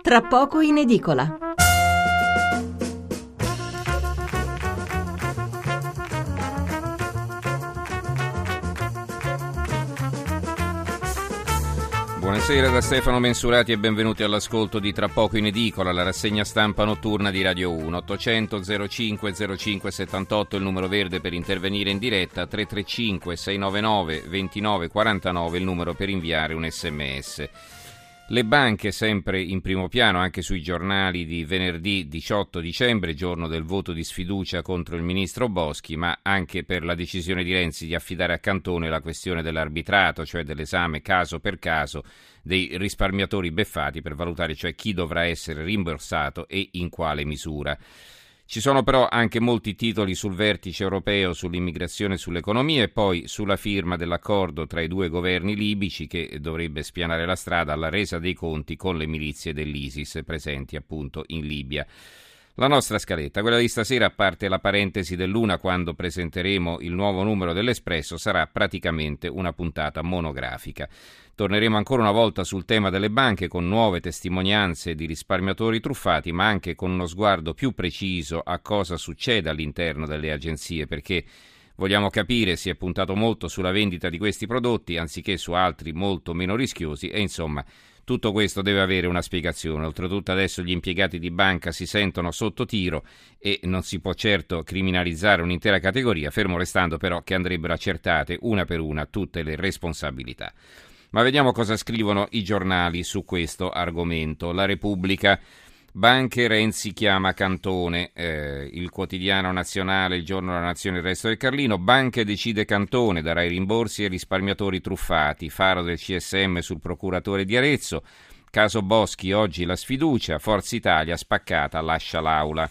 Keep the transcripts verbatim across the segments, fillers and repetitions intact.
Tra poco in edicola. Buonasera da Stefano Mensurati e benvenuti all'ascolto di Tra poco in edicola, la rassegna stampa notturna di Radio uno. ottocento zero cinque zero cinque settantotto il numero verde per intervenire in diretta, tre tre cinque sei nove nove due nove quattro nove il numero per inviare un sms. Le banche sempre in primo piano anche sui giornali di venerdì diciotto dicembre, giorno del voto di sfiducia contro il ministro Boschi, ma anche per la decisione di Renzi di affidare a Cantone la questione dell'arbitrato, cioè dell'esame caso per caso dei risparmiatori beffati per valutare cioè chi dovrà essere rimborsato e in quale misura. Ci sono però anche molti titoli sul vertice europeo sull'immigrazione e sull'economia e poi sulla firma dell'accordo tra i due governi libici che dovrebbe spianare la strada alla resa dei conti con le milizie dell'ISIS presenti appunto in Libia. La nostra scaletta, quella di stasera, a parte la parentesi dell'una quando presenteremo il nuovo numero dell'Espresso, sarà praticamente una puntata monografica. Torneremo ancora una volta sul tema delle banche con nuove testimonianze di risparmiatori truffati, ma anche con uno sguardo più preciso a cosa succede all'interno delle agenzie, perché vogliamo capire, si è puntato molto sulla vendita di questi prodotti anziché su altri molto meno rischiosi e insomma tutto questo deve avere una spiegazione. Oltretutto adesso gli impiegati di banca si sentono sotto tiro e non si può certo criminalizzare un'intera categoria, fermo restando però che andrebbero accertate una per una tutte le responsabilità. Ma vediamo cosa scrivono i giornali su questo argomento. La Repubblica, banche, Renzi chiama Cantone, eh, il Quotidiano Nazionale, il Giorno della Nazione, il Resto del Carlino, banche decide Cantone, darà i rimborsi ai risparmiatori truffati, faro del C S M sul procuratore di Arezzo, caso Boschi, oggi la sfiducia, Forza Italia spaccata, lascia l'aula.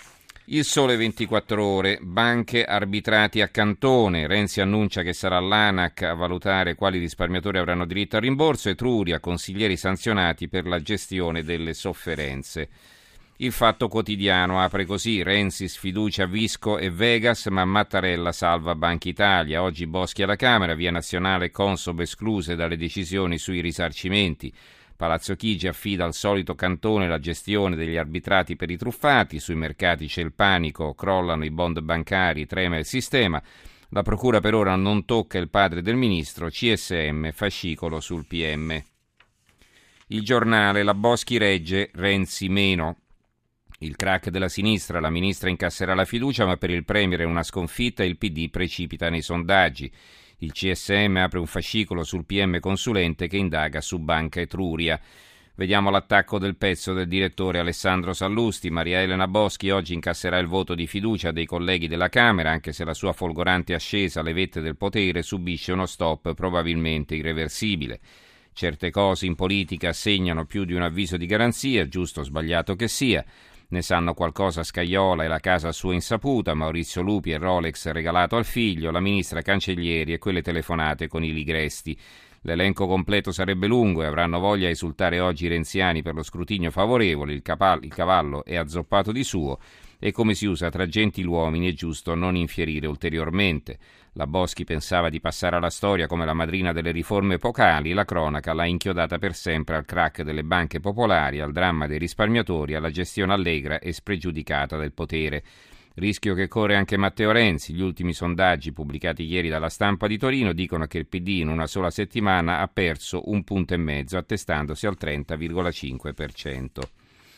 Il Sole ventiquattro Ore, banche arbitrati a Cantone, Renzi annuncia che sarà l'ANAC a valutare quali risparmiatori avranno diritto al rimborso, Etruria, consiglieri sanzionati per la gestione delle sofferenze. Il Fatto Quotidiano apre così, Renzi sfiducia Visco e Vegas, ma Mattarella salva Banca Italia, oggi Boschi alla Camera, via nazionale Consob escluse dalle decisioni sui risarcimenti. Palazzo Chigi affida al solito Cantone la gestione degli arbitrati per i truffati, sui mercati c'è il panico, crollano i bond bancari, trema il sistema, la procura per ora non tocca il padre del ministro, C S M, fascicolo sul P M. Il Giornale, la Boschi regge, Renzi meno. Il crack della sinistra, la ministra incasserà la fiducia ma per il Premier è una sconfitta e il P D precipita nei sondaggi. Il C S M apre un fascicolo sul P M consulente che indaga su Banca Etruria. Vediamo l'attacco del pezzo del direttore Alessandro Sallusti. Maria Elena Boschi oggi incasserà il voto di fiducia dei colleghi della Camera, anche se la sua folgorante ascesa alle vette del potere subisce uno stop probabilmente irreversibile. Certe cose in politica segnano più di un avviso di garanzia, giusto o sbagliato che sia. Ne sanno qualcosa Scajola e la casa a sua insaputa, Maurizio Lupi e Rolex regalato al figlio, la ministra Cancellieri e quelle telefonate con i Ligresti. L'elenco completo sarebbe lungo e avranno voglia di esultare oggi i renziani per lo scrutinio favorevole, il, capal- il cavallo è azzoppato di suo e come si usa tra gentiluomini è giusto non infierire ulteriormente. La Boschi pensava di passare alla storia come la madrina delle riforme epocali, la cronaca l'ha inchiodata per sempre al crack delle banche popolari, al dramma dei risparmiatori, alla gestione allegra e spregiudicata del potere. Rischio che corre anche Matteo Renzi. Gli ultimi sondaggi pubblicati ieri dalla Stampa di Torino dicono che il P D in una sola settimana ha perso un punto e mezzo, attestandosi al trenta virgola cinque per cento.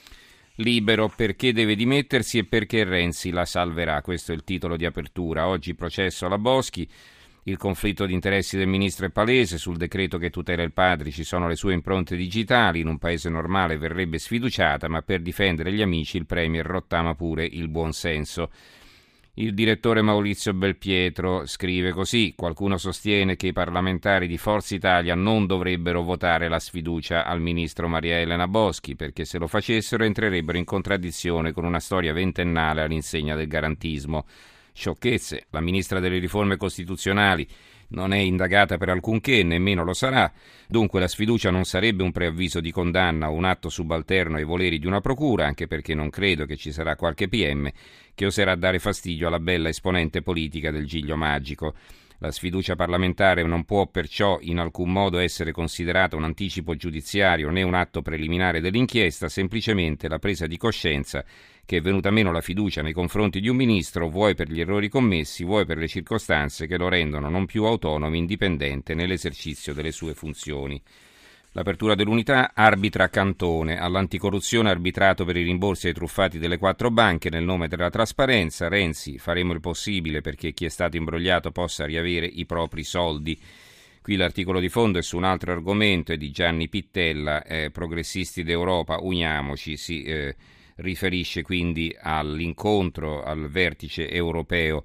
Libero, perché deve dimettersi e perché Renzi la salverà. Questo è il titolo di apertura. Oggi processo alla Boschi. Il conflitto di interessi del ministro è palese. Sul decreto che tutela il padre ci sono le sue impronte digitali. In un paese normale verrebbe sfiduciata, ma per difendere gli amici il Premier rottama pure il buon senso. Il direttore Maurizio Belpietro scrive così: qualcuno sostiene che i parlamentari di Forza Italia non dovrebbero votare la sfiducia al ministro Maria Elena Boschi, perché se lo facessero entrerebbero in contraddizione con una storia ventennale all'insegna del garantismo. Sciocchezze, la ministra delle riforme costituzionali non è indagata per alcunché, nemmeno lo sarà, dunque la sfiducia non sarebbe un preavviso di condanna o un atto subalterno ai voleri di una procura, anche perché non credo che ci sarà qualche P M che oserà dare fastidio alla bella esponente politica del Giglio Magico. La sfiducia parlamentare non può perciò in alcun modo essere considerata un anticipo giudiziario né un atto preliminare dell'inchiesta, semplicemente la presa di coscienza che è venuta meno la fiducia nei confronti di un ministro, vuoi per gli errori commessi, vuoi per le circostanze che lo rendono non più autonomo e indipendente nell'esercizio delle sue funzioni. L'apertura dell'Unità arbitra Cantone, all'anticorruzione arbitrato per i rimborsi ai truffati delle quattro banche nel nome della trasparenza. Renzi, faremo il possibile perché chi è stato imbrogliato possa riavere i propri soldi. Qui l'articolo di fondo è su un altro argomento, è di Gianni Pittella, eh, Progressisti d'Europa, uniamoci, si eh, riferisce quindi all'incontro al vertice europeo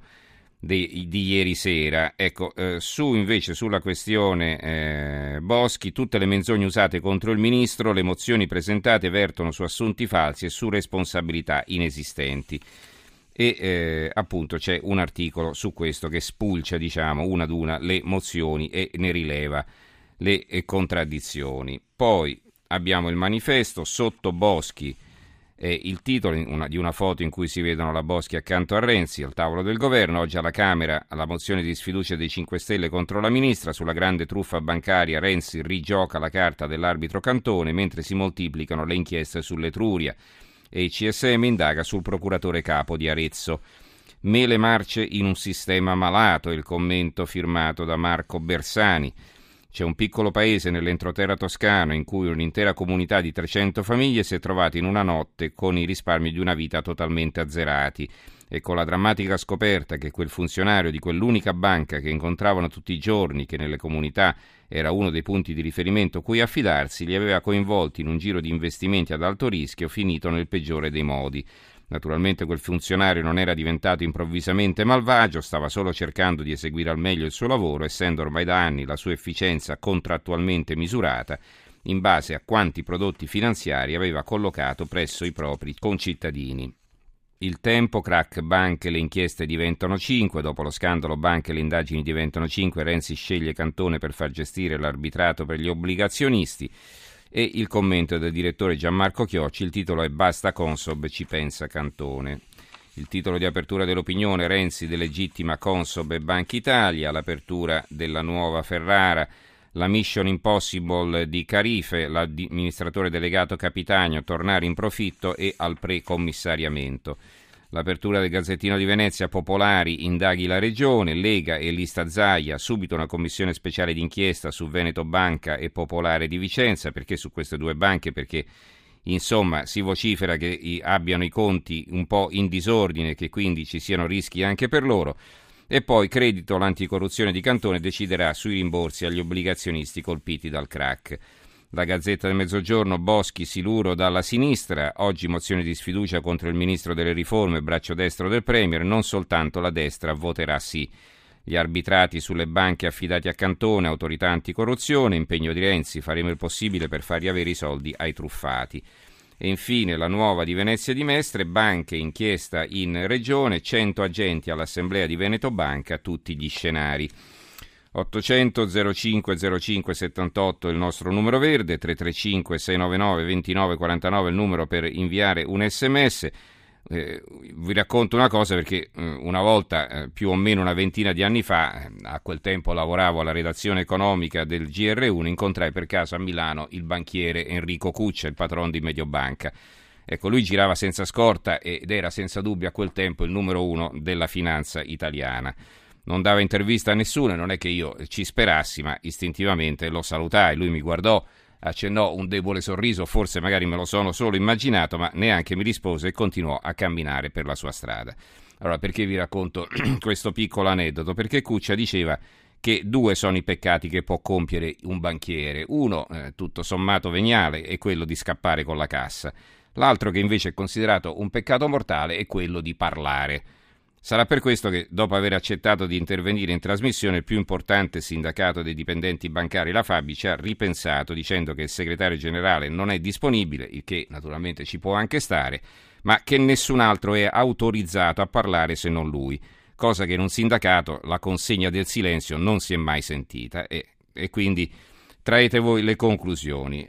di, di ieri sera. Ecco, eh, su invece sulla questione eh, Boschi, tutte le menzogne usate contro il ministro, le mozioni presentate vertono su assunti falsi e su responsabilità inesistenti. E eh, appunto c'è un articolo su questo che spulcia, diciamo, una ad una le mozioni e ne rileva le eh, contraddizioni. Poi abbiamo il manifesto, sotto Boschi, è il titolo una, di una foto in cui si vedono la Boschi accanto a Renzi al tavolo del governo. Oggi alla Camera la mozione di sfiducia dei cinque Stelle contro la ministra sulla grande truffa bancaria. Renzi rigioca la carta dell'arbitro Cantone mentre si moltiplicano le inchieste sull'Etruria e il C S M indaga sul procuratore capo di Arezzo. Mele marce in un sistema malato, il commento firmato da Marco Bersani. C'è un piccolo paese nell'entroterra toscano in cui un'intera comunità di trecento famiglie si è trovata in una notte con i risparmi di una vita totalmente azzerati e con la drammatica scoperta che quel funzionario di quell'unica banca che incontravano tutti i giorni, che nelle comunità era uno dei punti di riferimento cui affidarsi, li aveva coinvolti in un giro di investimenti ad alto rischio finito nel peggiore dei modi. Naturalmente quel funzionario non era diventato improvvisamente malvagio, stava solo cercando di eseguire al meglio il suo lavoro, essendo ormai da anni la sua efficienza contrattualmente misurata in base a quanti prodotti finanziari aveva collocato presso i propri concittadini. Il tempo, crack banche, le inchieste diventano cinque, dopo lo scandalo banche le indagini diventano cinque, Renzi sceglie Cantone per far gestire l'arbitrato per gli obbligazionisti. E il commento del direttore Gianmarco Chiocci, il titolo è Basta Consob, ci pensa Cantone. Il titolo di apertura dell'opinione, Renzi delegittima Consob e Banca Italia, l'apertura della nuova Ferrara, la mission impossible di Carife, l'amministratore delegato Capitagno, tornare in profitto e al precommissariamento. L'apertura del Gazzettino di Venezia, Popolari, indaghi la Regione, Lega e Lista Zaia, subito una commissione speciale d'inchiesta su Veneto Banca e Popolare di Vicenza. Perché su queste due banche? Perché insomma si vocifera che i, abbiano i conti un po' in disordine e che quindi ci siano rischi anche per loro. E poi Credito, l'anticorruzione di Cantone deciderà sui rimborsi agli obbligazionisti colpiti dal crack. La Gazzetta del Mezzogiorno, Boschi siluro dalla sinistra, oggi mozione di sfiducia contro il ministro delle riforme, braccio destro del Premier, non soltanto la destra voterà sì. Gli arbitrati sulle banche affidati a Cantone, autorità anticorruzione, impegno di Renzi, faremo il possibile per far riavere i soldi ai truffati. E infine la nuova di Venezia di Mestre, banche, inchiesta in regione, cento agenti all'assemblea di Veneto Banca, tutti gli scenari. ottocento zero cinque zero cinque settantotto il nostro numero verde, tre tre cinque sei nove nove due nove quattro nove il numero per inviare un sms. Eh, vi racconto una cosa perché eh, una volta, eh, più o meno una ventina di anni fa, eh, a quel tempo lavoravo alla redazione economica del G R uno, incontrai per caso a Milano il banchiere Enrico Cuccia, il patron di Mediobanca. Ecco, lui girava senza scorta ed era senza dubbio a quel tempo il numero uno della finanza italiana. Non dava intervista a nessuno, non è che io ci sperassi, ma istintivamente lo salutai, lui mi guardò, accennò un debole sorriso, forse magari me lo sono solo immaginato, ma neanche mi rispose e continuò a camminare per la sua strada. Allora, perché vi racconto questo piccolo aneddoto? Perché Cuccia diceva che due sono i peccati che può compiere un banchiere. Uno, eh, tutto sommato veniale, è quello di scappare con la cassa. L'altro, che invece è considerato un peccato mortale, è quello di parlare. Sarà per questo che, dopo aver accettato di intervenire in trasmissione, il più importante sindacato dei dipendenti bancari, la Fabi, ci ha ripensato dicendo che il segretario generale non è disponibile, il che naturalmente ci può anche stare, ma che nessun altro è autorizzato a parlare se non lui, cosa che in un sindacato la consegna del silenzio non si è mai sentita e, e quindi traete voi le conclusioni.